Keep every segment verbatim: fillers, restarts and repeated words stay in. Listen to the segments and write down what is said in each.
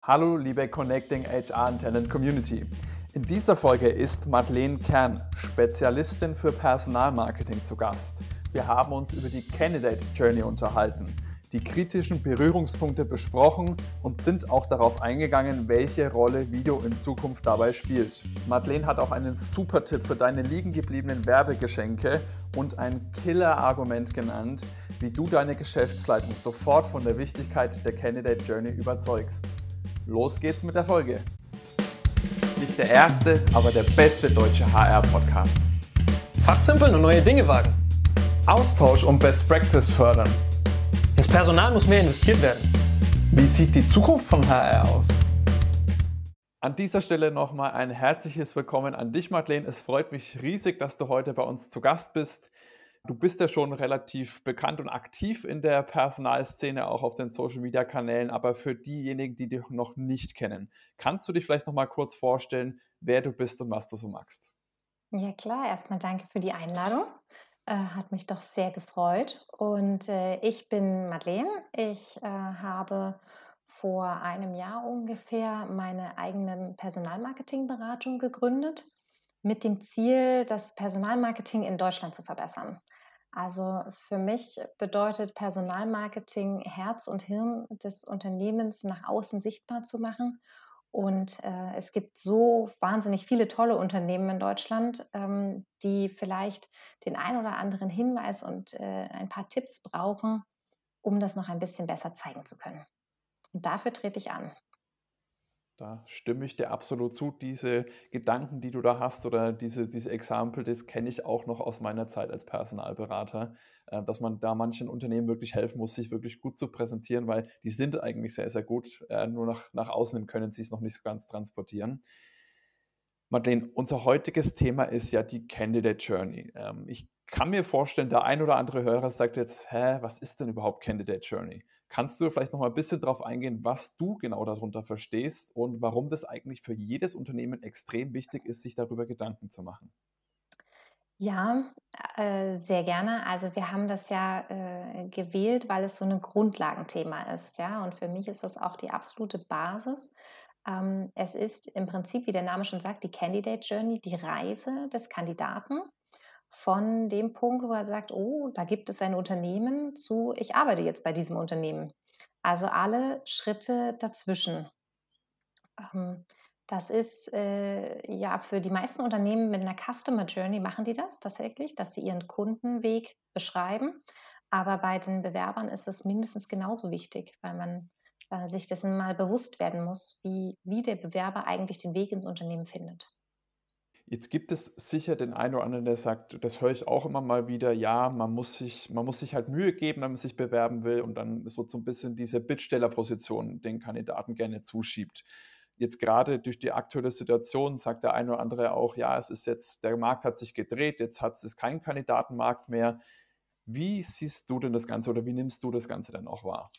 Hallo liebe Connecting H R and Talent Community. In dieser Folge ist Madeleine Kern, Spezialistin für Personalmarketing, zu Gast. Wir haben uns über die Candidate Journey unterhalten, die kritischen Berührungspunkte besprochen und sind auch darauf eingegangen, welche Rolle Video in Zukunft dabei spielt. Madeleine hat auch einen super Tipp für deine liegen gebliebenen Werbegeschenke und ein Killer-Argument genannt, wie du deine Geschäftsleitung sofort von der Wichtigkeit der Candidate Journey überzeugst. Los geht's mit der Folge. Nicht der erste, aber der beste deutsche H R-Podcast. Fachsimpeln und neue Dinge wagen. Austausch und Best Practice fördern. Ins Personal muss mehr investiert werden. Wie sieht die Zukunft von H R aus? An dieser Stelle nochmal ein herzliches Willkommen an dich, Madeleine. Es freut mich riesig, dass du heute bei uns zu Gast bist. Du bist ja schon relativ bekannt und aktiv in der Personalszene, auch auf den Social-Media-Kanälen, aber für diejenigen, die dich noch nicht kennen, kannst du dich vielleicht noch mal kurz vorstellen, wer du bist und was du so magst? Ja klar, erstmal danke für die Einladung. Äh, hat mich doch sehr gefreut. Und äh, ich bin Madeleine. Ich äh, habe vor einem Jahr ungefähr meine eigene Personalmarketingberatung gegründet, mit dem Ziel, das Personalmarketing in Deutschland zu verbessern. Also für mich bedeutet Personalmarketing, Herz und Hirn des Unternehmens nach außen sichtbar zu machen. Und äh, es gibt so wahnsinnig viele tolle Unternehmen in Deutschland, ähm, die vielleicht den ein oder anderen Hinweis und äh, ein paar Tipps brauchen, um das noch ein bisschen besser zeigen zu können. Und dafür trete ich an. Da stimme ich dir absolut zu. Diese Gedanken, die du da hast oder diese, diese Example, das kenne ich auch noch aus meiner Zeit als Personalberater, äh, dass man da manchen Unternehmen wirklich helfen muss, sich wirklich gut zu präsentieren, weil die sind eigentlich sehr, sehr gut. Äh, nur nach, nach außen hin können sie es noch nicht so ganz transportieren. Madeleine, unser heutiges Thema ist ja die Candidate Journey. Ähm, ich kann mir vorstellen, der ein oder andere Hörer sagt jetzt, hä, was ist denn überhaupt Candidate Journey? Kannst du vielleicht noch mal ein bisschen darauf eingehen, was du genau darunter verstehst und warum das eigentlich für jedes Unternehmen extrem wichtig ist, sich darüber Gedanken zu machen? Ja, äh, sehr gerne. Also wir haben das ja äh, gewählt, weil es so ein Grundlagenthema ist, ja. Und für mich ist das auch die absolute Basis. Ähm, es ist im Prinzip, wie der Name schon sagt, die Candidate Journey, die Reise des Kandidaten von dem Punkt, wo er sagt: „Oh, da gibt es ein Unternehmen“, zu: „Ich arbeite jetzt bei diesem Unternehmen.“ Also alle Schritte dazwischen. Ähm, das ist, äh, ja, für die meisten Unternehmen mit einer Customer Journey machen die das tatsächlich, dass sie ihren Kundenweg beschreiben. Aber bei den Bewerbern ist es mindestens genauso wichtig, weil man, äh, sich dessen mal bewusst werden muss, wie wie der Bewerber eigentlich den Weg ins Unternehmen findet. Jetzt gibt es sicher den einen oder anderen, der sagt, das höre ich auch immer mal wieder, ja, man muss sich man muss sich halt Mühe geben, wenn man sich bewerben will und dann so so 'n bisschen diese Bittstellerposition den Kandidaten gerne zuschiebt. Jetzt gerade durch die aktuelle Situation sagt der eine oder andere auch: „Ja, es ist jetzt der Markt hat sich gedreht, jetzt hat es keinen Kandidatenmarkt mehr.“ Wie siehst du denn das Ganze oder wie nimmst du das Ganze denn auch wahr?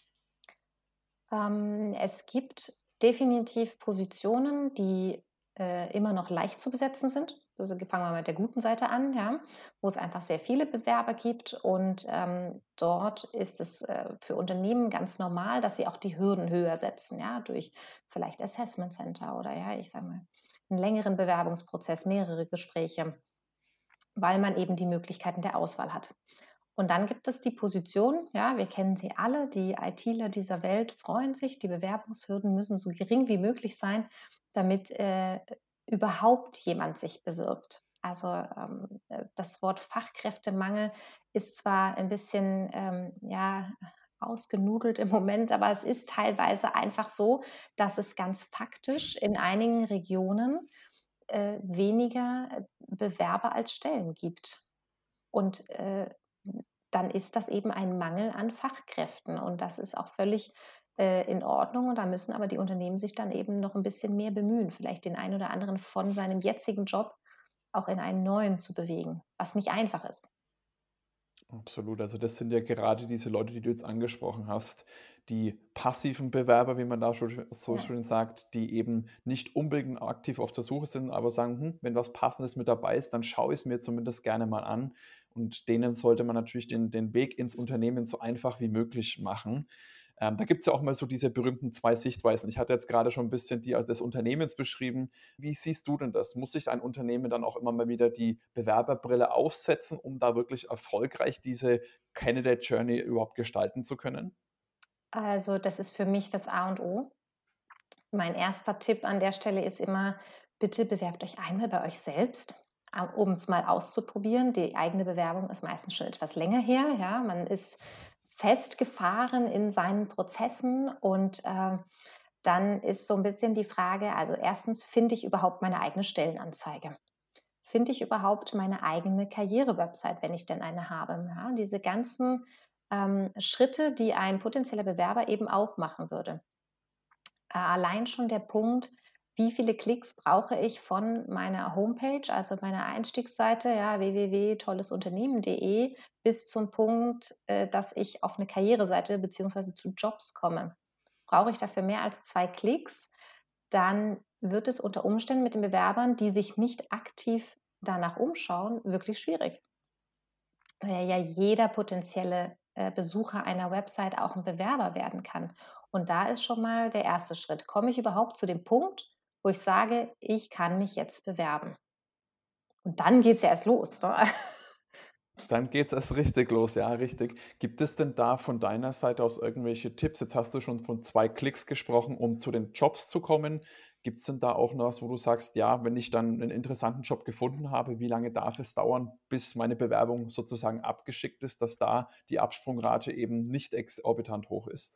Ähm, es gibt definitiv Positionen, die, äh, immer noch leicht zu besetzen sind. Also, fangen wir mit der guten Seite an, ja, wo es einfach sehr viele Bewerber gibt und, ähm, dort ist es, äh, für Unternehmen ganz normal, dass sie auch die Hürden höher setzen, ja, durch vielleicht Assessment Center oder, ja, ich sage mal, einen längeren Bewerbungsprozess, mehrere Gespräche, weil man eben die Möglichkeiten der Auswahl hat. Und dann gibt es die Position, ja, wir kennen sie alle, die ITler dieser Welt freuen sich, die Bewerbungshürden müssen so gering wie möglich sein, damit äh, überhaupt jemand sich bewirbt. Also ähm, äh, das Wort Fachkräftemangel ist zwar ein bisschen ähm, ja, ausgenudelt im Moment, aber es ist teilweise einfach so, dass es ganz faktisch in einigen Regionen äh, weniger äh, Bewerber als Stellen gibt. Und äh, dann ist das eben ein Mangel an Fachkräften und das ist auch völlig äh, in Ordnung und da müssen aber die Unternehmen sich dann eben noch ein bisschen mehr bemühen, vielleicht den einen oder anderen von seinem jetzigen Job auch in einen neuen zu bewegen, was nicht einfach ist. Absolut. Also das sind ja gerade diese Leute, die du jetzt angesprochen hast, die passiven Bewerber, wie man da so schö so Ja. schön sagt, die eben nicht unbedingt aktiv auf der Suche sind, aber sagen: „Hm, wenn was Passendes mit dabei ist, dann schaue ich es mir zumindest gerne mal an.“ Und denen sollte man natürlich den den Weg ins Unternehmen so einfach wie möglich machen. Ähm, da gibt es ja auch mal so diese berühmten zwei Sichtweisen. Ich hatte jetzt gerade schon ein bisschen die des Unternehmens beschrieben. Wie siehst du denn das? Muss sich ein Unternehmen dann auch immer mal wieder die Bewerberbrille aufsetzen, um da wirklich erfolgreich diese Candidate Journey überhaupt gestalten zu können? Also, das ist für mich das A und O. Mein erster Tipp an der Stelle ist immer: Bitte bewerbt euch einmal bei euch selbst, um es mal auszuprobieren. Die eigene Bewerbung ist meistens schon etwas länger her, ja. Man ist festgefahren in seinen Prozessen und, äh, dann ist so ein bisschen die Frage, also, erstens, finde ich überhaupt meine eigene Stellenanzeige? Finde ich überhaupt meine eigene Karriere-Website, wenn ich denn eine habe, ja? Diese ganzen, ähm, Schritte, die ein potenzieller Bewerber eben auch machen würde. Äh, allein schon der Punkt, wie viele Klicks brauche ich von meiner Homepage, also meiner Einstiegsseite, ja, w w w punkt tollesunternehmen punkt de, bis zum Punkt, äh, dass ich auf eine Karriereseite beziehungsweise zu Jobs komme. Brauche ich dafür mehr als zwei Klicks, dann wird es unter Umständen mit den Bewerbern, die sich nicht aktiv danach umschauen, wirklich schwierig. Weil ja jeder potenzielle, äh, Besucher einer Website auch ein Bewerber werden kann. Und da ist schon mal der erste Schritt. Komme ich überhaupt zu dem Punkt, wo ich sage: „Ich kann mich jetzt bewerben?“ Und dann geht's ja erst los, ne? Dann geht's erst richtig los, ja, richtig. Gibt es denn da von deiner Seite aus irgendwelche Tipps? Jetzt hast du schon von zwei Klicks gesprochen, um zu den Jobs zu kommen. Gibt's denn da auch noch was, wo du sagst: „Ja, wenn ich dann einen interessanten Job gefunden habe, wie lange darf es dauern, bis meine Bewerbung sozusagen abgeschickt ist“, dass da die Absprungrate eben nicht exorbitant hoch ist?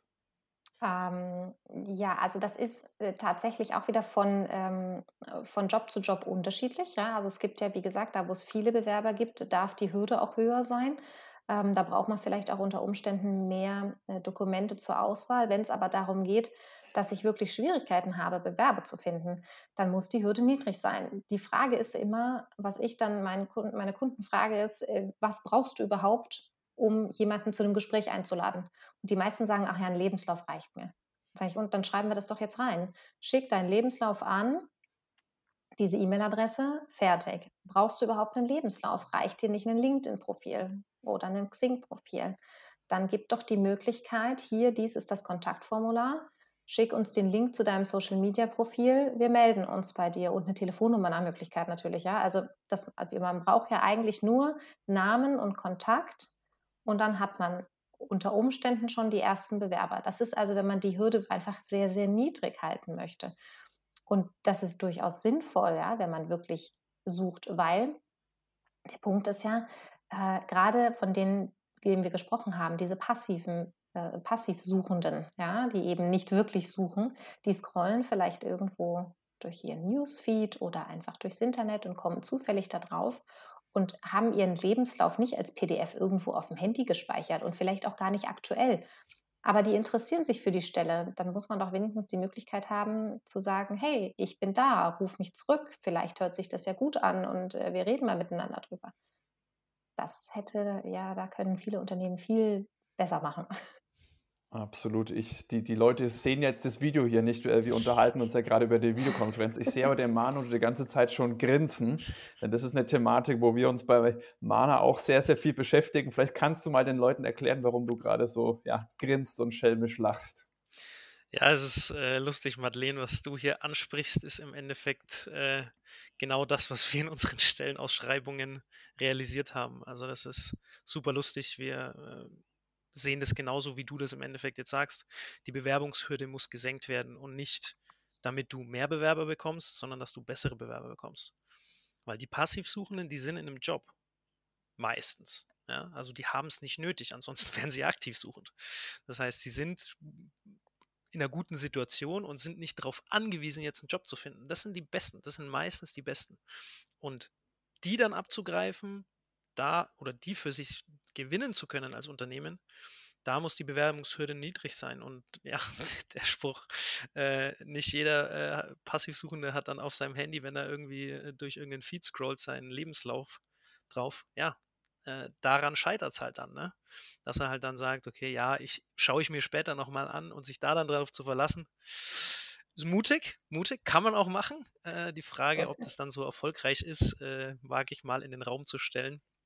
Ähm, ja, also das ist, äh, tatsächlich auch wieder von, ähm, äh, von Job zu Job unterschiedlich, ja. Also, es gibt ja, wie gesagt, da, wo es viele Bewerber gibt, darf die Hürde auch höher sein. Ähm, da braucht man vielleicht auch unter Umständen mehr, äh, Dokumente zur Auswahl. Wenn es aber darum geht, dass ich wirklich Schwierigkeiten habe, Bewerber zu finden, dann muss die Hürde niedrig sein. Die Frage ist immer, was ich dann meinen Kunden meine Kunden frage, ist, äh: „Was brauchst du überhaupt, um jemanden zu einem Gespräch einzuladen?“ Und die meisten sagen: „Ach ja, 'n Lebenslauf reicht mir.“ Sage ich: „Und dann schreiben wir das doch jetzt rein. Schick deinen Lebenslauf an, diese E-Mail-Adresse, fertig. Brauchst du überhaupt 'nen Lebenslauf? Reicht dir nicht 'nen LinkedIn-Profil oder 'nen Xing-Profil? Dann gib doch die Möglichkeit, hier, dies ist das Kontaktformular. Schick uns den Link zu deinem Social-Media-Profil. Wir melden uns bei dir und 'ne Telefonnummer nach Möglichkeit natürlich, ja?“ Also, das man braucht ja eigentlich nur Namen und Kontakt und dann hat man unter Umständen schon die ersten Bewerber. Das ist also, wenn man die Hürde einfach sehr, sehr niedrig halten möchte. Und das ist durchaus sinnvoll, ja, wenn man wirklich sucht, weil der Punkt ist ja, äh, grade von denen, denen wir gesprochen haben, diese passiven äh, Passivsuchenden, ja, die eben nicht wirklich suchen, die scrollen vielleicht irgendwo durch ihren Newsfeed oder einfach durchs Internet und kommen zufällig da drauf und haben ihren Lebenslauf nicht als P D F irgendwo auf dem Handy gespeichert und vielleicht auch gar nicht aktuell. Aber die interessieren sich für die Stelle. Dann muss man doch wenigstens die Möglichkeit haben zu sagen: „Hey, ich bin da, ruf mich zurück. Vielleicht hört sich das ja gut an und, äh, wir reden mal miteinander drüber.“ Das hätte ja, da können viele Unternehmen viel besser machen. Absolut. Ich die die Leute sehen jetzt das Video hier nicht. Äh, wir unterhalten uns ja gerade über die Videokonferenz. Ich sehe aber den Manu die ganze Zeit schon grinsen, denn das ist eine Thematik, wo wir uns bei Mana auch sehr, sehr viel beschäftigen. Vielleicht kannst du mal den Leuten erklären, warum du gerade so, ja, grinst und schelmisch lachst. Ja, es ist äh, lustig, Madeleine, was du hier ansprichst, ist im Endeffekt äh, genau das, was wir in unseren Stellenausschreibungen realisiert haben. Also das ist super lustig. Wir äh, sehen das genauso, wie du das im Endeffekt jetzt sagst. Die Bewerbungshürde muss gesenkt werden und nicht, damit du mehr Bewerber bekommst, sondern dass du bessere Bewerber bekommst. Weil die Passivsuchenden, die sind in einem Job. Meistens. Ja, also die haben es nicht nötig, ansonsten wären sie aktiv suchend. Das heißt, sie sind in einer guten Situation und sind nicht darauf angewiesen, jetzt einen Job zu finden. Das sind die Besten, das sind meistens die Besten. Und die dann abzugreifen, da oder die für sich gewinnen zu können als Unternehmen, da muss die Bewerbungshürde niedrig sein. Und ja, der Spruch, äh, nicht jeder äh, Passivsuchende hat dann auf seinem Handy, wenn er irgendwie äh, durch irgendeinen Feed scrollt, seinen Lebenslauf drauf. Ja, äh, daran scheitert es halt dann, ne? Dass er halt dann sagt, okay, ja, ich schaue ich mir später nochmal an und sich da dann drauf zu verlassen, ist mutig, mutig, kann man auch machen. Äh, die Frage, ob das dann so erfolgreich ist, äh, wage ich mal in den Raum zu stellen.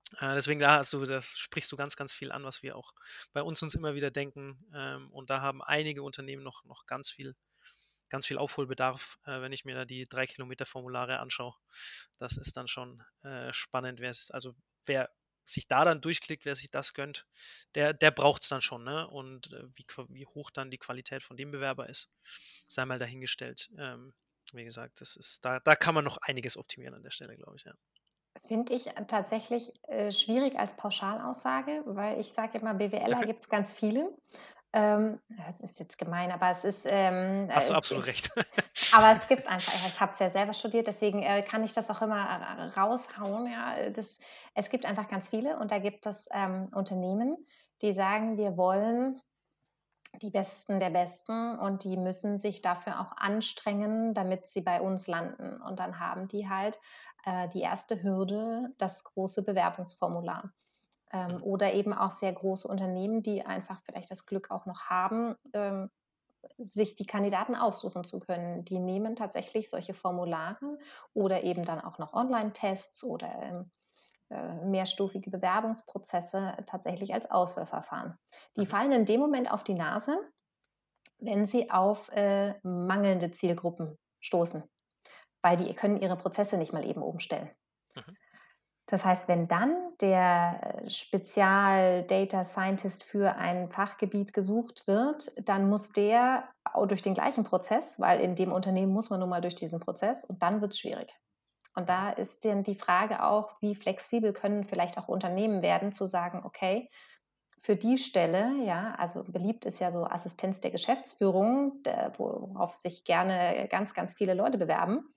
Äh, deswegen, da hast du das sprichst du ganz, ganz viel an, was wir auch bei uns uns immer wieder denken. Ähm, und da haben einige Unternehmen noch noch ganz viel ganz viel Aufholbedarf, äh, wenn ich mir da die drei Kilometer Formulare anschaue. Das ist dann schon, äh, spannend, wer's also, wer sich da dann durchklickt, wer sich das gönnt, der der braucht's dann schon, ne? Und, äh, wie qua wie hoch dann die Qualität von dem Bewerber ist, sei mal dahingestellt. Ähm, wie gesagt, das ist da da kann man noch einiges optimieren an der Stelle, glaube ich, ja. Finde ich äh, tatsächlich, äh, schwierig als Pauschalaussage, weil ich sage immer, BWLer Okay, gibt es ganz viele. Ähm, ja, das ist jetzt gemein, aber es ist, ähm, hast du äh, absolut recht. aber es gibt einfach ja, ich habe es ja selber studiert, deswegen, äh, kann ich das auch immer ra raushauen, ja. Äh, das Es gibt einfach ganz viele und da gibt es, ähm, Unternehmen, die sagen: „Wir wollen die Besten der Besten und die müssen sich dafür auch anstrengen, damit sie bei uns landen.“ Und dann haben die halt, äh, die erste Hürde, das große Bewerbungsformular. Ähm, Mhm, oder eben auch sehr große Unternehmen, die einfach vielleicht das Glück auch noch haben, ähm, sich die Kandidaten aussuchen zu können. Die nehmen tatsächlich solche Formulare oder eben dann auch noch Online-Tests oder, ähm, äh, mehrstufige Bewerbungsprozesse tatsächlich als Auswahlverfahren. Die mhm, fallen in dem Moment auf die Nase, wenn sie auf, äh, mangelnde Zielgruppen stoßen, weil die können ihre Prozesse nicht mal eben umstellen. mhm, Das heißt, wenn dann der äh, Spezial-Data Scientist für ein Fachgebiet gesucht wird, dann muss der au durch den gleichen Prozess, weil in dem Unternehmen muss man nun mal durch diesen Prozess und dann wird's schwierig. Und mhm, da ist dann die Frage auch, wie flexibel können vielleicht auch Unternehmen werden, zu sagen: „Okay, für die Stelle“, ja, also beliebt ist ja so Assistenz der Geschäftsführung, der worauf sich gerne ganz, ganz viele Leute bewerben,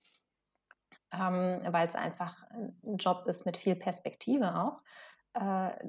ähm, weil es einfach 'n Job ist mit viel Perspektive auch. Äh,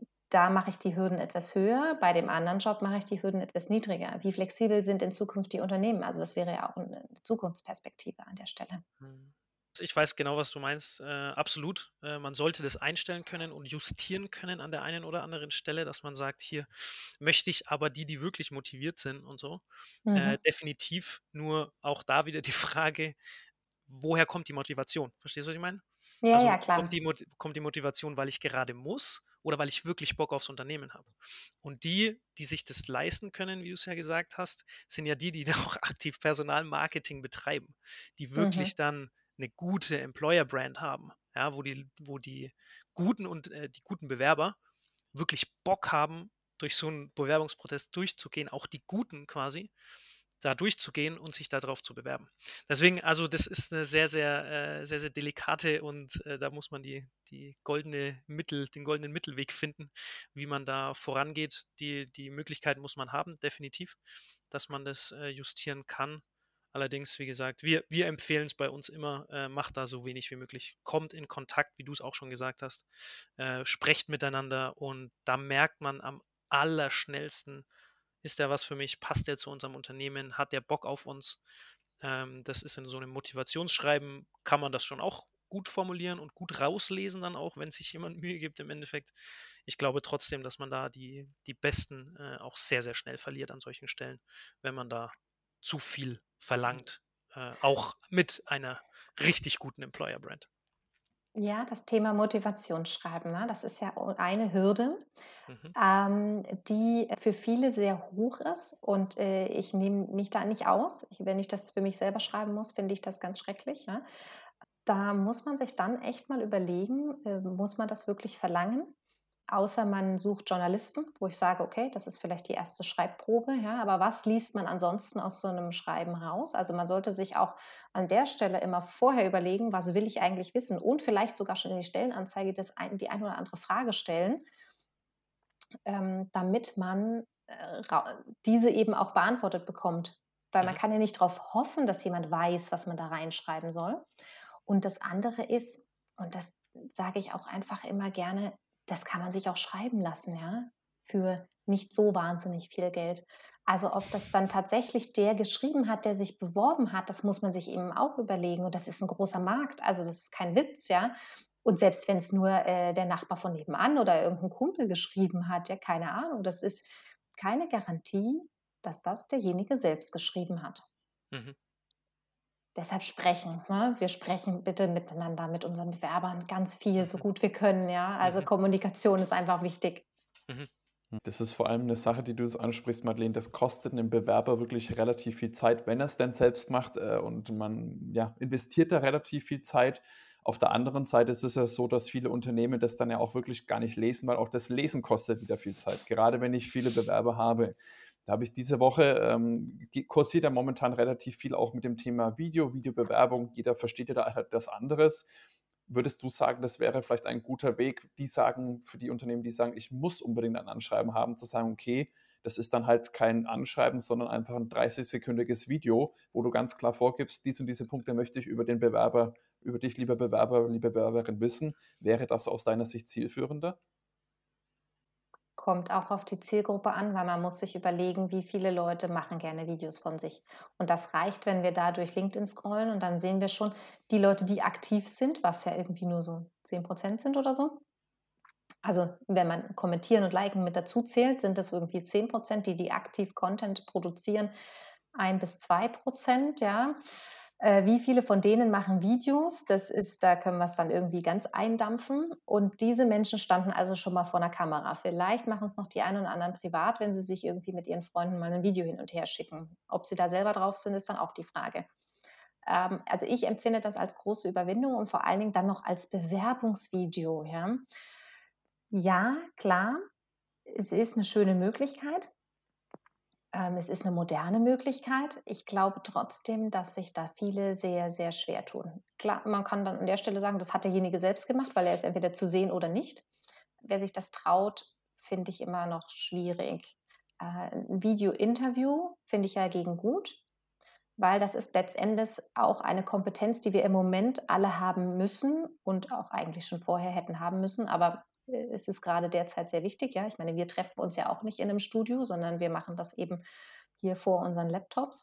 Da mache ich die Hürden etwas höher, bei dem anderen Job mache ich die Hürden etwas niedriger. Wie flexibel sind in Zukunft die Unternehmen? Also, das wäre ja auch eine Zukunftsperspektive an der Stelle. mhm. Ich weiß genau, was du meinst, äh, absolut. Äh, man sollte das einstellen können und justieren können an der einen oder anderen Stelle, dass man sagt: „Hier möchte ich aber die, die wirklich motiviert sind“ und so. Äh, Mhm. definitiv, nur auch da wieder die Frage, woher kommt die Motivation? Verstehst du, was ich meine? Ja, ja, Also, kommt klar. die Mot kommt die Motivation, weil ich gerade muss oder weil ich wirklich Bock aufs Unternehmen habe? Und die, die sich das leisten können, wie du es ja gesagt hast, sind ja die, die da auch aktiv Personalmarketing betreiben, die Mhm. wirklich dann eine gute Employer-Brand haben, ja, wo die wo die guten und äh, die guten Bewerber wirklich Bock haben, durch so einen Bewerbungsprozess durchzugehen, auch die Guten quasi, da durchzugehen und sich darauf zu bewerben. Deswegen, also das ist eine sehr, sehr, äh, sehr, sehr delikate und äh, da muss man die, die goldene Mittel, den goldenen Mittelweg finden, wie man da vorangeht. Die, die Möglichkeiten muss man haben, definitiv, dass man das äh, justieren kann. Allerdings, wie gesagt, wir, wir empfehlen es bei uns immer, äh, macht da so wenig wie möglich. Kommt in Kontakt, wie du es auch schon gesagt hast, äh, sprecht miteinander und da merkt man am allerschnellsten, ist der was für mich? Passt der zu unserem Unternehmen? Hat der Bock auf uns? Ähm, das ist in so einem Motivationsschreiben, kann man das schon auch gut formulieren und gut rauslesen dann auch, wenn sich jemand Mühe gibt im Endeffekt. Ich glaube trotzdem, dass man da die, die Besten äh, auch sehr, sehr schnell verliert an solchen Stellen, wenn man da zu viel verlangt. Äh, auch mit einer richtig guten Employer-Brand. Ja, das Thema Motivationsschreiben, ne? Das ist ja o eine Hürde, Mhm. ähm, die für viele sehr hoch ist und, äh, ich nehme mich da nicht aus. Ich Wenn ich das für mich selber schreiben muss, finde ich das ganz schrecklich, ja. Da muss man sich dann echt mal überlegen, äh, muss man das wirklich verlangen? Außer man sucht Journalisten, wo ich sage: „Okay, das ist vielleicht die erste Schreibprobe“, ja, aber was liest man ansonsten aus so einem Schreiben raus? Also, man sollte sich auch an der Stelle immer vorher überlegen: „Was will ich eigentlich wissen?“ Und vielleicht sogar schon in die Stellenanzeige das ein die ein oder andere Frage stellen, ähm, damit man, äh, ra diese eben auch beantwortet bekommt. Weil man Mhm. kann ja nicht darauf hoffen, dass jemand weiß, was man da reinschreiben soll. Und das andere ist, und das sage ich auch einfach immer gerne, das kann man sich auch schreiben lassen, ja, für nicht so wahnsinnig viel Geld. Also, ob das dann tatsächlich der geschrieben hat, der sich beworben hat, das muss man sich eben auch überlegen und das ist ein großer Markt. Also, das ist kein Witz, ja. Und selbst wenn es nur, äh, der Nachbar von nebenan oder irgendein Kumpel geschrieben hat, ja, keine Ahnung, das ist keine Garantie, dass das derjenige selbst geschrieben hat. Mhm. deshalb sprechen, ne? Wir sprechen bitte miteinander, mit unseren Bewerbern ganz viel, so Mhm. gut wir können, ja. Also Mhm. Kommunikation ist einfach wichtig. Mhm. Das ist vor allem eine Sache, die du so ansprichst, Madeleine. Das kostet 'nem Bewerber wirklich relativ viel Zeit, wenn er's denn selbst macht, äh, und man, ja, investiert da relativ viel Zeit. Auf der anderen Seite ist es ja so, dass viele Unternehmen das dann ja auch wirklich gar nicht lesen, weil auch das Lesen kostet wieder viel Zeit. Gerade wenn ich viele Bewerber habe. Da habe ich diese Woche, ähm, ge kursiert ja momentan relativ viel auch mit dem Thema Video, Videobewerbung. Jeder versteht ja da etwas anderes. Würdest du sagen, das wäre vielleicht ein guter Weg, die sagen für die Unternehmen, die sagen: „Ich muss unbedingt ein Anschreiben haben“, zu sagen: „Okay, das ist dann halt kein Anschreiben, sondern einfach ein dreißig-sekündiges Video, wo du ganz klar vorgibst, dies und diese Punkte möchte ich über den Bewerber über dich, lieber Bewerber, liebe Bewerberin, wissen.“ Wäre das aus deiner Sicht zielführender? Kommt auch auf die Zielgruppe an, weil man muss sich überlegen, wie viele Leute machen gerne Videos von sich. Und das reicht, wenn wir da durch LinkedIn scrollen und dann sehen wir schon die Leute, die aktiv sind, was ja irgendwie nur so zehn Prozent sind oder so. Also wenn man kommentieren und liken mit dazu zählt, sind das irgendwie zehn Prozent, die die aktiv Content produzieren, ein bis zwei Prozent, ja. Äh, wie viele von denen machen Videos? Das ist da können wir's dann irgendwie ganz eindampfen. Und diese Menschen standen also schon mal vor 'ner Kamera. Vielleicht machen es noch die einen oder anderen privat, wenn sie sich irgendwie mit ihren Freunden mal 'nen Video hin und her schicken. Ob sie da selber drauf sind, ist dann auch die Frage. Ähm, also ich empfinde das als große Überwindung und vor allen Dingen dann noch als Bewerbungsvideo, ja. Ja, klar, es ist 'ne schöne Möglichkeit. Ähm, es ist 'ne moderne Möglichkeit. Ich glaube trotzdem, dass sich da viele sehr, sehr schwer tun. Klar, man kann dann an der Stelle sagen, das hat derjenige selbst gemacht, weil er ist entweder zu sehen oder nicht. Wer sich das traut, finde ich immer noch schwierig. Äh, 'n Video-Interview finde ich ja dagegen gut, weil das ist letztendes auch eine Kompetenz, die wir im Moment alle haben müssen und auch eigentlich schon vorher hätten haben müssen. Aber, äh, es ist grade derzeit sehr wichtig, ja. Ich meine, wir treffen uns ja auch nicht in 'nem Studio, sondern wir machen das eben hier vor unseren Laptops.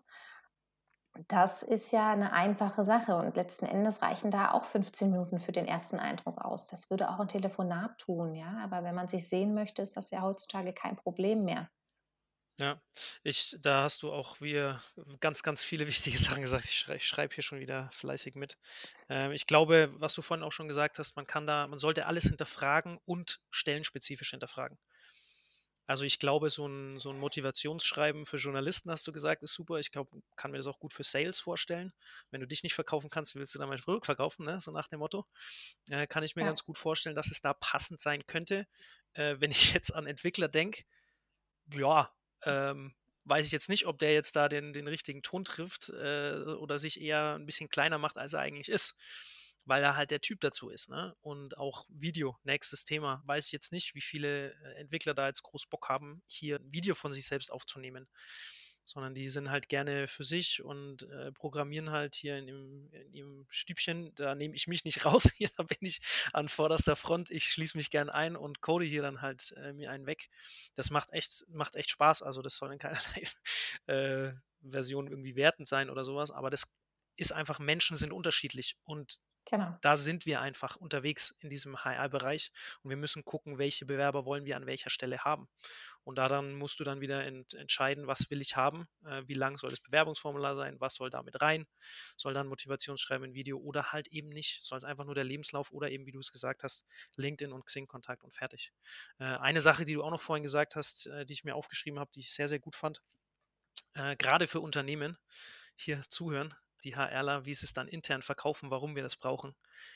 Das ist ja 'ne einfache Sache und letzten Endes reichen da auch fünfzehn Minuten für den ersten Eindruck aus. Das würde auch 'n Telefonat tun, ja. Aber wenn man sich sehen möchte, ist das ja heutzutage kein Problem mehr. Ja, ich da hast du auch wieder ganz, ganz viele wichtige Sachen gesagt. Ich schrei ich schreibe hier schon wieder fleißig mit. Ähm, ich glaube, was du vorhin auch schon gesagt hast, man kann da man sollte alles hinterfragen und stellenspezifisch hinterfragen. Also, ich glaube, so 'n so 'n Motivationsschreiben für Journalisten, hast du gesagt, ist super. Ich glaube kann mir das auch gut für Sales vorstellen. Wenn du dich nicht verkaufen kannst, wie willst du dann mein Produkt verkaufen, ne, so nach dem Motto. Äh, kann ich mir Ja. ganz gut vorstellen, dass es da passend sein könnte. Äh, wenn ich jetzt an Entwickler denke, ja, ähm, weiß ich jetzt nicht, ob der jetzt da den den richtigen Ton trifft, äh, oder sich eher 'n bisschen kleiner macht, als er eigentlich ist, weil er halt der Typ dazu ist, ne? Und auch Video, nächstes Thema. Weiß ich jetzt nicht, wie viele, äh, Entwickler da jetzt groß Bock haben, hier 'n Video von sich selbst aufzunehmen, sondern die sind halt gerne für sich und, äh, programmieren halt hier in ihrem in ihrem Stübchen. Da nehme ich mich nicht raus. Hier bin ich an vorderster Front. Ich schließe mich gern ein und code hier dann halt, äh, mir einen weg. Das macht echt macht echt Spaß. Also, das soll in keinerlei, äh, Version irgendwie wertend sein oder so was, aber das ist einfach Menschen sind unterschiedlich und Genau. da sind wir einfach unterwegs in diesem H R-Bereich und wir müssen gucken, welche Bewerber wollen wir an welcher Stelle haben. Und daran musst du dann wieder ent entscheiden: „Was will ich haben? Äh, wie lang soll das Bewerbungsformular sein? Was soll da mit rein? Soll da 'n Motivationsschreiben in Video oder halt eben nicht? Soll's einfach nur der Lebenslauf oder eben, wie du's gesagt hast, LinkedIn und Xing-Kontakt und fertig.“ Äh, eine Sache, die du auch noch vorhin gesagt hast, äh, die ich mir aufgeschrieben habe, die ich sehr, sehr gut fand, äh, grade für Unternehmen hier zuhören, die HRler, wie sie's dann intern verkaufen, warum wir das brauchen.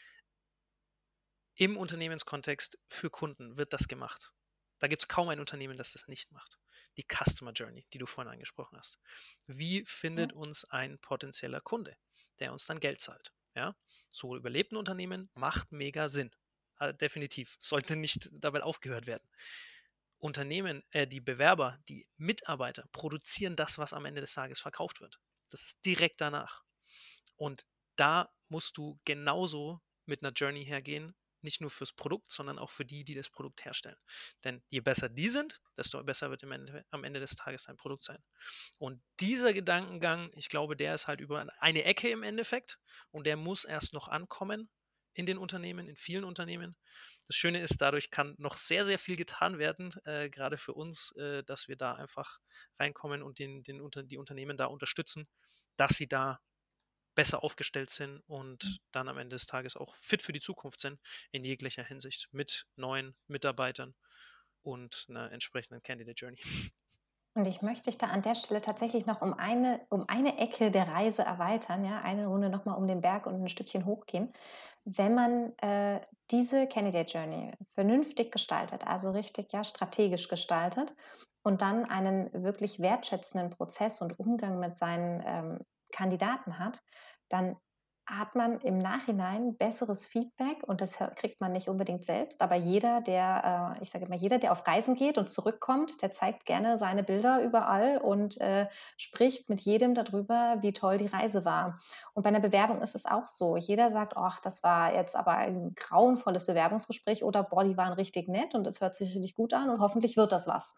Im Unternehmenskontext für Kunden wird das gemacht. Da gibt's kaum ein Unternehmen, das das nicht macht. Die Customer Journey, die du vorhin angesprochen hast. Wie findet Ja. uns ein potenzieller Kunde, der uns dann Geld zahlt, ja? So überlebt 'n Unternehmen, macht mega Sinn. Äh, definitiv, sollte nicht dabei aufgehört werden. Unternehmen äh, die Bewerber, die Mitarbeiter produzieren das, was am Ende des Tages verkauft wird. Das ist direkt danach. Und da musst du genauso mit 'ner Journey hergehen, nicht nur fürs Produkt, sondern auch für die, die das Produkt herstellen. Denn je besser die sind, desto besser wird im Ende am Ende des Tages dein Produkt sein. Und dieser Gedankengang, ich glaube, der ist halt über eine Ecke im Endeffekt und der muss erst noch ankommen in den Unternehmen, in vielen Unternehmen. Das Schöne ist, dadurch kann noch sehr, sehr viel getan werden, äh, grade für uns, äh, dass wir da einfach reinkommen und den den Unter die Unternehmen da unterstützen, dass sie da besser aufgestellt sind und dann am Ende des Tages auch fit für die Zukunft sind in jeglicher Hinsicht mit neuen Mitarbeitern und einer entsprechenden Candidate Journey. Und ich möchte dich da an der Stelle tatsächlich noch um eine, um eine Ecke der Reise erweitern, ja, eine Runde nochmal um den Berg und ein Stückchen hochgehen. Wenn man äh, diese Candidate Journey vernünftig gestaltet, also richtig ja strategisch gestaltet und dann einen wirklich wertschätzenden Prozess und Umgang mit seinen ähm, Kandidaten hat, dann hat man im Nachhinein besseres Feedback und das hör- kriegt man nicht unbedingt selbst, aber jeder, der, äh, ich sage immer, jeder, der auf Reisen geht und zurückkommt, der zeigt gerne seine Bilder überall und äh, spricht mit jedem darüber, wie toll die Reise war. Und bei einer Bewerbung ist es auch so. Jeder sagt, ach, das war jetzt aber ein grauenvolles Bewerbungsgespräch oder boah, die waren richtig nett und es hört sich richtig gut an und hoffentlich wird das was.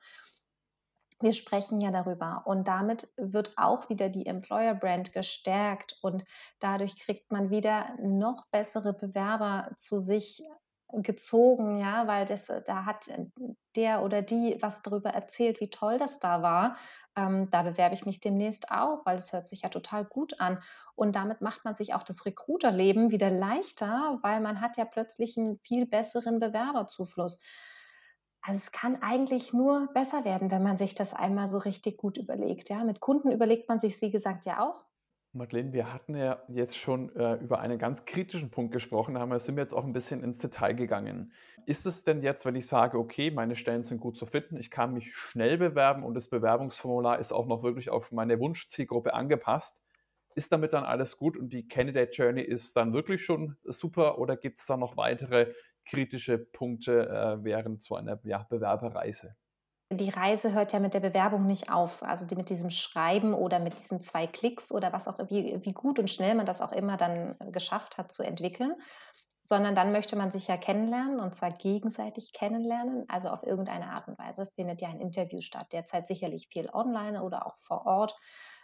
Wir sprechen ja darüber und damit wird auch wieder die Employer Brand gestärkt und dadurch kriegt man wieder noch bessere Bewerber zu sich gezogen, ja, weil das, da hat der oder die was darüber erzählt, wie toll das da war. Ähm, da bewerbe ich mich demnächst auch, weil es hört sich ja total gut an. Und damit macht man sich auch das Recruiterleben wieder leichter, weil man hat ja plötzlich einen viel besseren Bewerberzufluss. Also, es kann eigentlich nur besser werden, wenn man sich das einmal so richtig gut überlegt, ja? Mit Kunden überlegt man sich's, wie gesagt, ja auch. Madeleine, wir hatten ja jetzt schon äh, über einen ganz kritischen Punkt gesprochen, da haben wir, sind wir jetzt auch ein bisschen ins Detail gegangen. Ist es denn jetzt, wenn ich sage, okay, meine Stellen sind gut zu finden, ich kann mich schnell bewerben und das Bewerbungsformular ist auch noch wirklich auf meine Wunschzielgruppe angepasst, ist damit dann alles gut und die Candidate Journey ist dann wirklich schon super oder gibt es da noch weitere kritische Punkte äh, während so einer ja, Bewerberreise? Die Reise hört ja mit der Bewerbung nicht auf. Also, die mit diesem Schreiben oder mit diesen zwei Klicks oder was auch wie wie gut und schnell man das auch immer dann geschafft hat zu entwickeln, sondern dann möchte man sich ja kennenlernen und zwar gegenseitig kennenlernen. Also, auf irgendeine Art und Weise findet ja ein Interview statt. Derzeit sicherlich viel online oder auch vor Ort.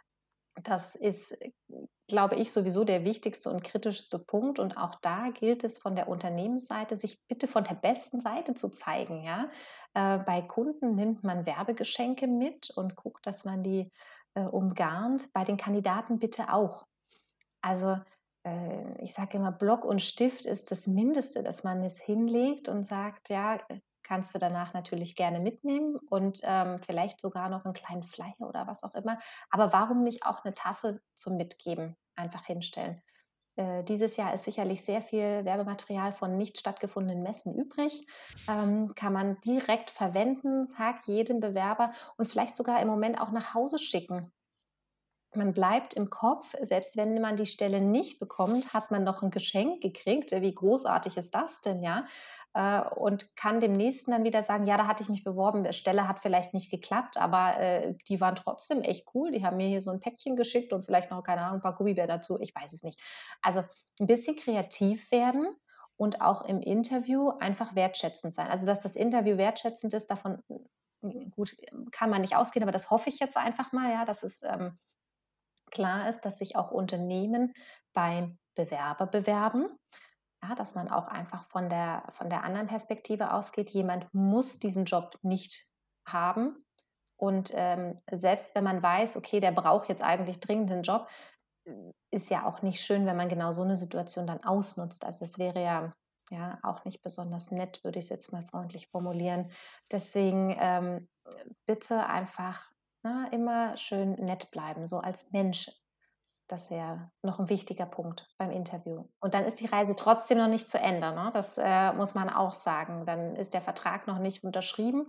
Das ist, äh, glaube ich, sowieso der wichtigste und kritischste Punkt. Und auch da gilt es von der Unternehmensseite, sich bitte von der besten Seite zu zeigen. Ja? Äh, bei Kunden nimmt man Werbegeschenke mit und guckt, dass man die äh, umgarnt. Bei den Kandidaten bitte auch. Also äh, ich sage immer, Block und Stift ist das Mindeste, dass man es hinlegt und sagt, ja, äh, kannst du danach natürlich gerne mitnehmen und ähm, vielleicht sogar noch einen kleinen Flyer oder was auch immer. Aber warum nicht auch eine Tasse zum Mitgeben einfach hinstellen? Äh, dieses Jahr ist sicherlich sehr viel Werbematerial von nicht stattgefundenen Messen übrig. Ähm, kann man direkt verwenden, sagt jedem Bewerber und vielleicht sogar im Moment auch nach Hause schicken. Man bleibt im Kopf, selbst wenn man die Stelle nicht bekommt, hat man noch ein Geschenk gekriegt. Äh, wie großartig ist das denn, ja? Äh, und kann dem Nächsten dann wieder sagen: „Ja, da hatte ich mich beworben, die Stelle hat vielleicht nicht geklappt, aber, äh, die waren trotzdem echt cool. Die haben mir hier so ein Päckchen geschickt und vielleicht noch, keine Ahnung, ein paar Gummibärchen dazu.“ Ich weiß es nicht. Also, ein bisschen kreativ werden und auch im Interview einfach wertschätzend sein. Also, dass das Interview wertschätzend ist, davon, hm, gut, kann man nicht ausgehen, aber das hoffe ich jetzt einfach mal, ja, dass es, ähm klar ist, dass sich auch Unternehmen beim Bewerber bewerben. Ja, dass man auch einfach von der, von der anderen Perspektive ausgeht, jemand muss diesen Job nicht haben. Und ähm, selbst wenn man weiß, okay, der braucht jetzt eigentlich dringend einen Job, äh, ist ja auch nicht schön, wenn man genau so eine Situation dann ausnutzt. Also es wäre ja, ja auch nicht besonders nett, würde ich es jetzt mal freundlich formulieren. Deswegen ähm, bitte einfach, na, immer schön nett bleiben, so als Mensch. Das wäre noch ein wichtiger Punkt beim Interview. Und dann ist die Reise trotzdem noch nicht zu Ende, ne? Das, äh, muss man auch sagen. Dann ist der Vertrag noch nicht unterschrieben.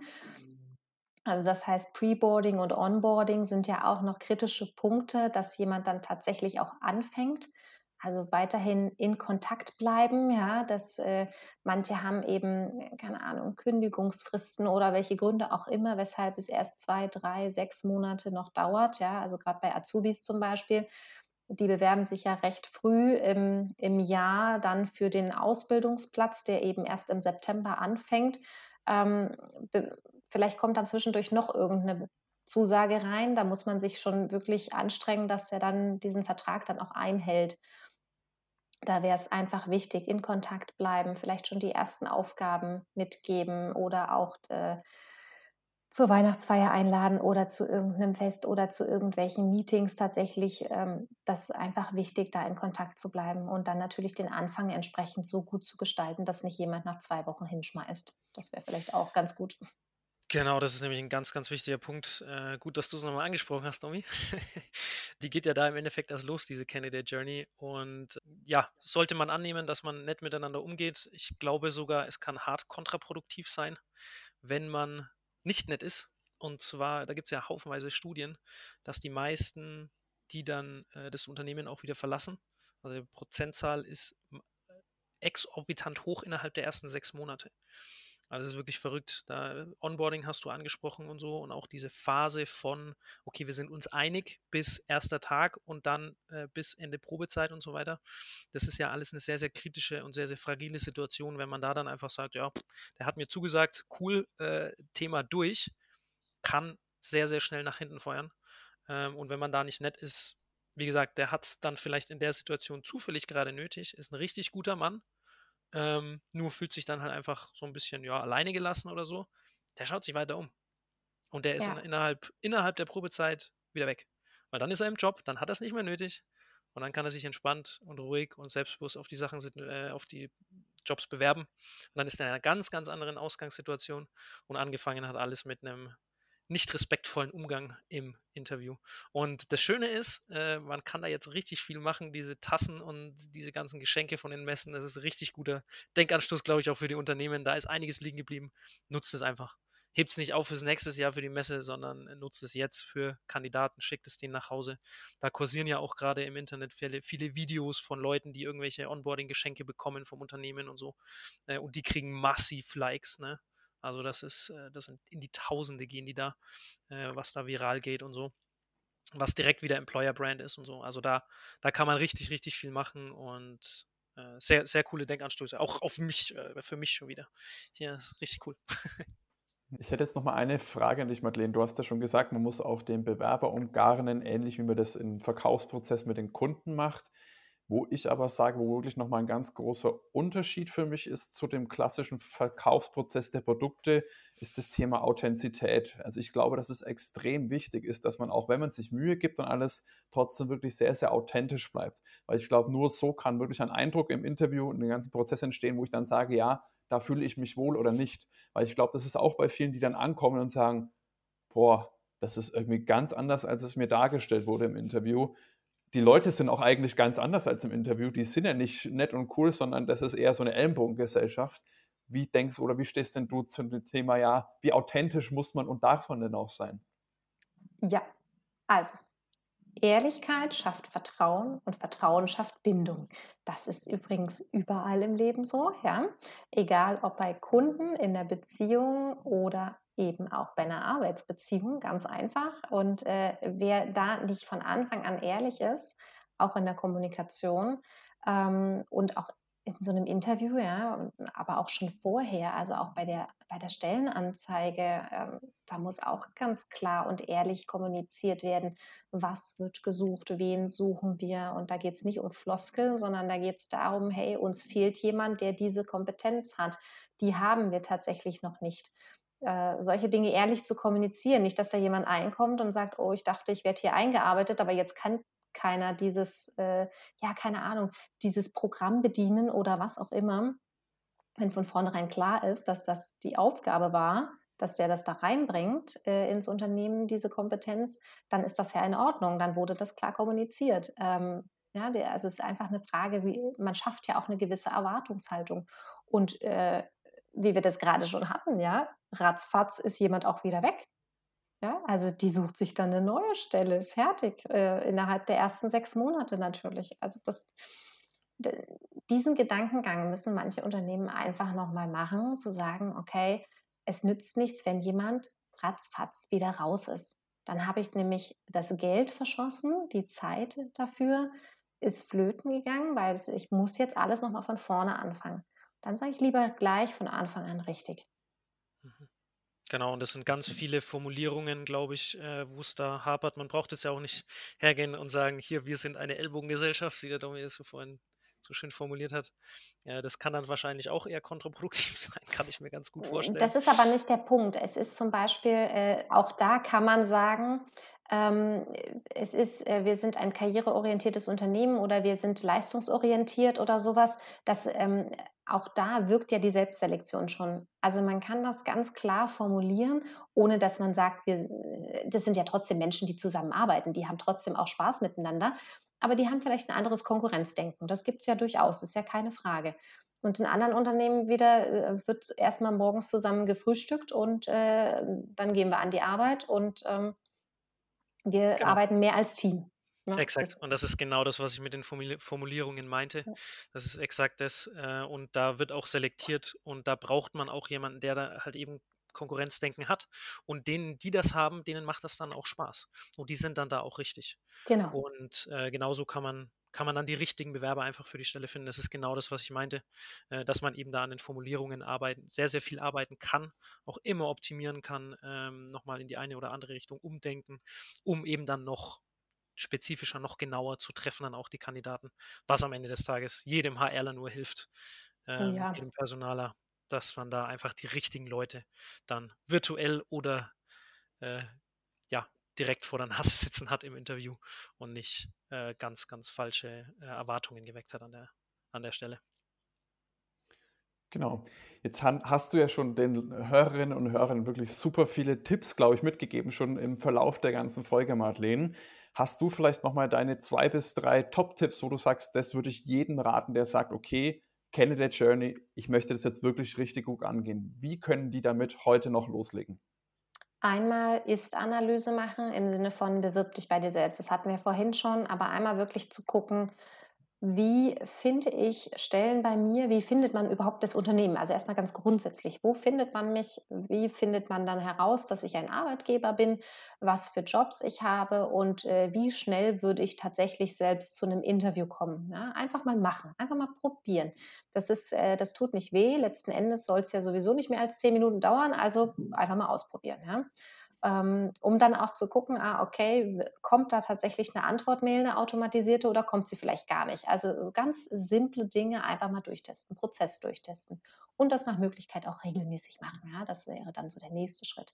Also, das heißt, Preboarding und Onboarding sind ja auch noch kritische Punkte, dass jemand dann tatsächlich auch anfängt. Also, weiterhin in Kontakt bleiben, ja, dass, äh manche haben eben, äh, keine Ahnung, Kündigungsfristen oder welche Gründe auch immer, weshalb es erst zwei, drei, sechs Monate noch dauert, ja. Also, gerade bei Azubis zum Beispiel, die bewerben sich ja recht früh im im Jahr dann für den Ausbildungsplatz, der eben erst im September anfängt. Ähm, be Vielleicht kommt dann zwischendurch noch irgendeine Zusage rein. Da muss man sich schon wirklich anstrengen, dass er dann diesen Vertrag dann auch einhält. Da wäre es einfach wichtig, in Kontakt bleiben, vielleicht schon die ersten Aufgaben mitgeben oder auch, äh, zur Weihnachtsfeier einladen oder zu irgendeinem Fest oder zu irgendwelchen Meetings tatsächlich. Ähm, das ist einfach wichtig, da in Kontakt zu bleiben und dann natürlich den Anfang entsprechend so gut zu gestalten, dass nicht jemand nach zwei Wochen hinschmeißt. Das wäre vielleicht auch ganz gut. Genau, das ist nämlich ein ganz, ganz wichtiger Punkt. Äh, gut, dass du es nochmal angesprochen hast, Domi. Die geht ja da im Endeffekt erst los, diese Candidate Journey. Und ja, sollte man annehmen, dass man nett miteinander umgeht. Ich glaube sogar, es kann hart kontraproduktiv sein, wenn man nicht nett ist. Und zwar, da gibt es ja haufenweise Studien, dass die meisten, die dann äh, das Unternehmen auch wieder verlassen, also die Prozentzahl ist m- exorbitant hoch innerhalb der ersten sechs Monate. Also es ist wirklich verrückt. Da Onboarding hast du angesprochen und so und auch diese Phase von, okay, wir sind uns einig bis erster Tag und dann äh, bis Ende Probezeit und so weiter. Das ist ja alles eine sehr, sehr kritische und sehr, sehr fragile Situation, wenn man da dann einfach sagt, ja, pff, der hat mir zugesagt, cool, äh, Thema durch, kann sehr, sehr schnell nach hinten feuern. Ähm, und wenn man da nicht nett ist, wie gesagt, der hat es dann vielleicht in der Situation zufällig gerade nötig, ist ein richtig guter Mann, ähm, nur fühlt sich dann halt einfach so ein bisschen, ja, alleine gelassen oder so. Der schaut sich weiter um. Und der ist in, Ja, innerhalb, innerhalb der Probezeit wieder weg. Weil dann ist er im Job, dann hat er es nicht mehr nötig. Und dann kann er sich entspannt und ruhig und selbstbewusst auf die Sachen, sit- äh, auf die Jobs bewerben. Und dann ist er in einer ganz, ganz anderen Ausgangssituation. Und angefangen hat alles mit einem nicht respektvollen Umgang im Interview. Und das Schöne ist, äh, man kann da jetzt richtig viel machen, diese Tassen und diese ganzen Geschenke von den Messen. Das ist ein richtig guter Denkanstoß, glaube ich, auch für die Unternehmen. Da ist einiges liegen geblieben. Nutzt es einfach. Hebt es nicht auf fürs nächste Jahr für die Messe, sondern nutzt es jetzt für Kandidaten, schickt es denen nach Hause. Da kursieren ja auch gerade im Internet viele, viele Videos von Leuten, die irgendwelche Onboarding-Geschenke bekommen vom Unternehmen und so. Äh, und die kriegen massiv Likes, ne? Also das ist, äh, das sind in die Tausende gehen die da, äh, was da viral geht und so, was direkt wieder Employer Brand ist und so. Also da, da kann man richtig, richtig viel machen und äh, sehr, sehr coole Denkanstöße. Auch auf mich, äh, für mich schon wieder. Hier ist richtig cool. Ich hätte jetzt noch mal eine Frage an dich, Madeleine. Du hast ja schon gesagt, man muss auch den Bewerber umgarnen, ähnlich wie man das im Verkaufsprozess mit den Kunden macht. Wo ich aber sage, wo wirklich noch mal ein ganz großer Unterschied für mich ist zu dem klassischen Verkaufsprozess der Produkte, ist das Thema Authentizität. Also ich glaube, dass es extrem wichtig ist, dass man auch, wenn man sich Mühe gibt und alles, trotzdem wirklich sehr, sehr authentisch bleibt. Weil ich glaube, nur so kann wirklich ein Eindruck im Interview und den ganzen Prozess entstehen, wo ich dann sage, ja, da fühle ich mich wohl oder nicht. Weil ich glaube, das ist auch bei vielen, die dann ankommen und sagen, boah, das ist irgendwie ganz anders, als es mir dargestellt wurde im Interview. Die Leute sind auch eigentlich ganz anders als im Interview. Die sind ja nicht nett und cool, sondern das ist eher so eine Ellenbogengesellschaft. Wie denkst oder wie stehst denn du zu dem Thema, ja, wie authentisch muss man und darf man denn auch sein? ja. Also, Ehrlichkeit schafft Vertrauen und Vertrauen schafft Bindung. Das ist übrigens überall im Leben so, ja. Egal ob bei Kunden, in der Beziehung oder eben auch bei einer Arbeitsbeziehung, ganz einfach. Und äh, wer da nicht von Anfang an ehrlich ist, auch in der Kommunikation ähm, und auch in so einem Interview, ja, und, aber auch schon vorher, also auch bei der, bei der Stellenanzeige, ähm, da muss auch ganz klar und ehrlich kommuniziert werden, was wird gesucht, wen suchen wir. Und da geht es nicht um Floskeln, sondern da geht es darum, hey, uns fehlt jemand, der diese Kompetenz hat. Die haben wir tatsächlich noch nicht. Äh, solche Dinge ehrlich zu kommunizieren, nicht, dass da jemand einkommt und sagt, oh, ich dachte, ich werde hier eingearbeitet, aber jetzt kann keiner dieses, äh, ja, keine Ahnung, dieses Programm bedienen oder was auch immer, wenn von vornherein klar ist, dass das die Aufgabe war, dass der das da reinbringt äh, ins Unternehmen, diese Kompetenz, dann ist das ja in Ordnung. Dann wurde das klar kommuniziert. Ähm, ja, der, also es ist einfach eine Frage, wie man schafft ja auch eine gewisse Erwartungshaltung. Und äh, wie wir das gerade schon hatten, ja, ratzfatz ist jemand auch wieder weg. Ja, also die sucht sich dann eine neue Stelle, fertig, äh, innerhalb der ersten sechs Monate natürlich. Also das d diesen Gedankengang müssen manche Unternehmen einfach noch mal machen, zu sagen: „Okay, es nützt nichts, wenn jemand ratzfatz wieder raus ist. Dann habe ich nämlich das Geld verschossen, die Zeit dafür ist flöten gegangen, weil es ich muss jetzt alles noch mal von vorne anfangen.“ Dann sage ich lieber gleich von Anfang an richtig. Mhm. Genau, und das sind ganz viele Formulierungen, glaube ich, äh, wo es da hapert. Man braucht jetzt ja auch nicht hergehen und sagen, hier, wir sind eine Ellbogengesellschaft, wie der Dominik es so vorhin so schön formuliert hat. Äh, das kann dann wahrscheinlich auch eher kontraproduktiv sein, kann ich mir ganz gut vorstellen. Das ist aber nicht der Punkt. Es ist zum Beispiel, äh, auch da kann man sagen, ähm, es ist, äh, wir sind ein karriereorientiertes Unternehmen oder wir sind leistungsorientiert oder sowas. Das, ähm, auch da wirkt ja die Selbstselektion schon. Also man kann das ganz klar formulieren, ohne dass man sagt, wir, äh, das sind ja trotzdem Menschen, die zusammenarbeiten. Die haben trotzdem auch Spaß miteinander, aber die haben vielleicht ein anderes Konkurrenzdenken. Das gibt es ja durchaus, ist ja keine Frage. Und in anderen Unternehmen wieder, äh, wird erst mal morgens zusammen gefrühstückt und, äh, dann gehen wir an die Arbeit und, ähm, wir Genau. arbeiten mehr als Team, ne? Exakt. Das Und das ist genau das, was ich mit den Formuli Formulierungen meinte. ja, Das ist exakt das. Äh, und da wird auch selektiert und da braucht man auch jemanden, der da halt eben Konkurrenzdenken hat. Und denen, die das haben, denen macht das dann auch Spaß. Und die sind dann da auch richtig. genau. Und äh, genauso kann man, kann man dann die richtigen Bewerber einfach für die Stelle finden. Das ist genau das, was ich meinte, äh, dass man eben da an den Formulierungen arbeiten, sehr, sehr viel arbeiten kann, auch immer optimieren kann, ähm, nochmal in die eine oder andere Richtung umdenken, um eben dann noch spezifischer, noch genauer zu treffen dann auch die Kandidaten, was am Ende des Tages jedem HRler nur hilft, Oh ähm, ja. jedem Personaler, dass man da einfach die richtigen Leute dann virtuell oder äh, ja, direkt vor der Nase sitzen hat im Interview und nicht äh, ganz, ganz falsche äh, Erwartungen geweckt hat an der, an der Stelle. Genau. Jetzt han hast du ja schon den Hörerinnen und Hörern wirklich super viele Tipps, glaube ich, mitgegeben, schon im Verlauf der ganzen Folge, Madeleine. Hast du vielleicht noch mal deine zwei bis drei Top-Tipps, wo du sagst, das würde ich jedem raten, der sagt: „Okay, Candidate Journey, ich möchte das jetzt wirklich richtig gut angehen.“ Wie können die damit heute noch loslegen? Einmal Ist-Analyse machen im Sinne von bewirb dich bei dir selbst. Das hatten wir vorhin schon, aber einmal wirklich zu gucken, wie finde ich Stellen bei mir? Wie findet man überhaupt das Unternehmen? Also erstmal ganz grundsätzlich, wo findet man mich? Wie findet man dann heraus, dass ich ein Arbeitgeber bin, was für Jobs ich habe und äh, wie schnell würde ich tatsächlich selbst zu einem Interview kommen? Ja, einfach mal machen, einfach mal probieren. Das ist, äh, das tut nicht weh. Letzten Endes soll es ja sowieso nicht mehr als zehn Minuten dauern, also einfach mal ausprobieren. Ja? Ähm, um dann auch zu gucken, ah, okay, w kommt da tatsächlich eine Antwortmail, eine automatisierte oder kommt sie vielleicht gar nicht? Also, so ganz simple Dinge einfach mal durchtesten, Prozess durchtesten und das nach Möglichkeit auch regelmäßig machen, ja? Das wäre dann so der nächste Schritt.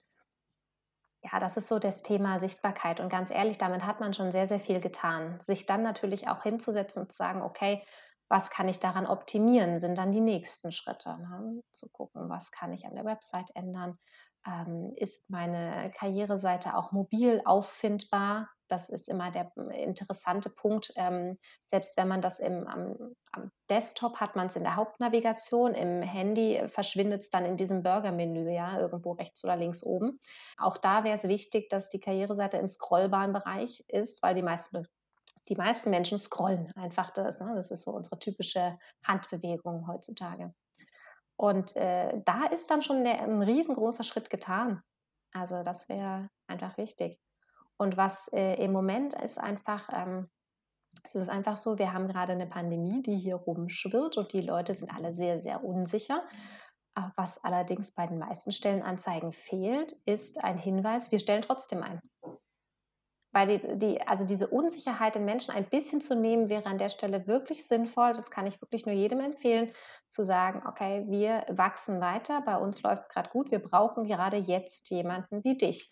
Ja, das ist so das Thema Sichtbarkeit und ganz ehrlich, damit hat man schon sehr, sehr viel getan. Sich dann natürlich auch hinzusetzen und zu sagen: „Okay, was kann ich daran optimieren?“, sind dann die nächsten Schritte, ne? Zu gucken, was kann ich an der Website ändern? Ähm, ist meine Karriereseite auch mobil auffindbar? Das ist immer der hm, interessante Punkt. Ähm, selbst wenn man das im am am Desktop hat man es in der Hauptnavigation, im Handy verschwindet es dann in diesem Burgermenü, ja, irgendwo rechts oder links oben. Auch da wäre es wichtig, dass die Karriereseite im scrollbaren Bereich ist, weil die meisten die meisten Menschen scrollen einfach das, ne? Das ist so unsere typische Handbewegung heutzutage. Und, äh, da ist dann schon der 'n riesengroßer Schritt getan. Also, das wäre einfach wichtig. Und was, äh, im Moment ist einfach, ähm es ist einfach so, wir haben gerade eine Pandemie, die hier rumschwirrt und die Leute sind alle sehr, sehr unsicher. Äh, was allerdings bei den meisten Stellenanzeigen fehlt, ist ein Hinweis: „Wir stellen trotzdem ein.“ Weil die die also, diese Unsicherheit den Menschen ein bisschen zu nehmen, wäre an der Stelle wirklich sinnvoll. Das kann ich wirklich nur jedem empfehlen, zu sagen: „Okay, wir wachsen weiter, bei uns läuft es gerade gut, wir brauchen gerade jetzt jemanden wie dich.“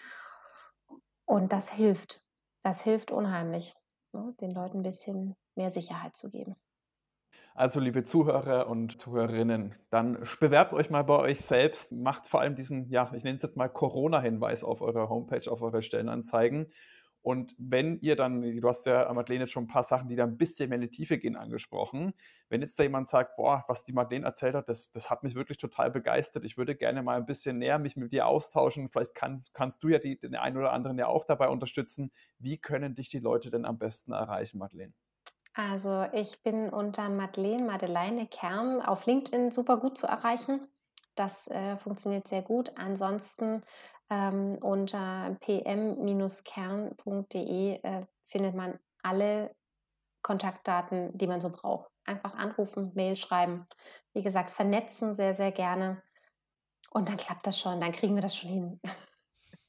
Und das hilft. Das hilft unheimlich, ne, den Leuten 'n bisschen mehr Sicherheit zu geben. Also, liebe Zuhörer und Zuhörerinnen, dann bewerbt euch mal bei euch selbst, macht vor allem diesen, ja, ich nenne es jetzt mal Corona-Hinweis auf eurer Homepage, auf eure Stellenanzeigen. Und wenn ihr dann, du hast ja, Madeleine, jetzt schon ein paar Sachen, die da ein bisschen mehr in die Tiefe gehen, angesprochen. Wenn jetzt da jemand sagt: „Boah, was die Madeleine erzählt hat, das das hat mich wirklich total begeistert. Ich würde gerne mal ein bisschen näher mich mit dir austauschen. Vielleicht kannst kannst du ja die den einen oder anderen ja auch dabei unterstützen.“ Wie können dich die Leute denn am besten erreichen, Madeleine? Also, ich bin unter Madeleine Madeleine Kern auf LinkedIn super gut zu erreichen. Das, äh, funktioniert sehr gut. Ansonsten, ähm, unter p m kern punkt d e, äh, findet man alle Kontaktdaten, die man so braucht. Einfach anrufen, Mail schreiben. Wie gesagt, vernetzen sehr, sehr gerne und dann klappt das schon, dann kriegen wir das schon hin.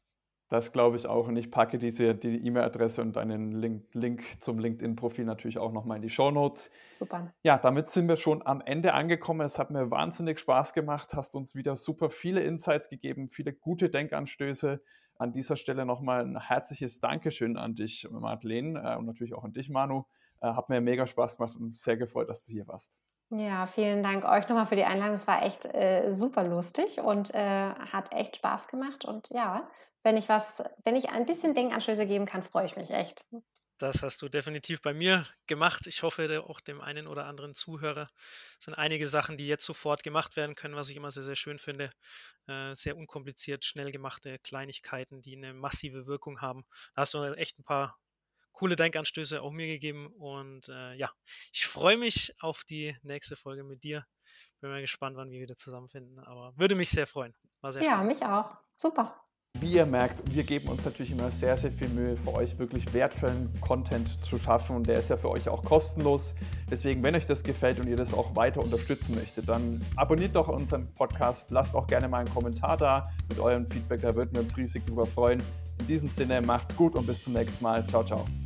Das glaube ich auch und ich packe diese die E-Mail-Adresse und deinen Link Link zum LinkedIn-Profil natürlich auch noch mal in die Shownotes. Super. Ja, damit sind wir schon am Ende angekommen. Es hat mir wahnsinnig Spaß gemacht, hast uns wieder super viele Insights gegeben, viele gute Denkanstöße. An dieser Stelle nochmal ein herzliches Dankeschön an dich, Madeleine, äh, und natürlich auch an dich, Manu. Äh, hat mir mega Spaß gemacht und sehr gefreut, dass du hier warst. Ja, vielen Dank euch nochmal für die Einladung. Es war echt äh, super lustig und äh, hat echt Spaß gemacht. Und ja, wenn ich was, wenn ich ein bisschen Denkanstöße geben kann, freue ich mich echt. Das hast du definitiv bei mir gemacht. Ich hoffe, der- auch dem einen oder anderen Zuhörer sind einige Sachen, die jetzt sofort gemacht werden können, was ich immer sehr, sehr schön finde. Äh, sehr unkompliziert, schnell gemachte Kleinigkeiten, die eine massive Wirkung haben. Da hast du echt ein paar coole Denkanstöße auch mir gegeben. Und äh, ja, ich freue mich auf die nächste Folge mit dir. Bin mal gespannt, wann wir wieder zusammenfinden. Aber würde mich sehr freuen. War sehr Ja, spannend. mich auch. Super. Wie ihr merkt, wir geben uns natürlich immer sehr, sehr viel Mühe, für euch wirklich wertvollen Content zu schaffen und der ist ja für euch auch kostenlos. Deswegen, wenn euch das gefällt und ihr das auch weiter unterstützen möchtet, dann abonniert doch unseren Podcast, lasst auch gerne mal einen Kommentar da mit eurem Feedback, da würden wir uns riesig drüber freuen. In diesem Sinne, macht's gut und bis zum nächsten Mal. Ciao, ciao.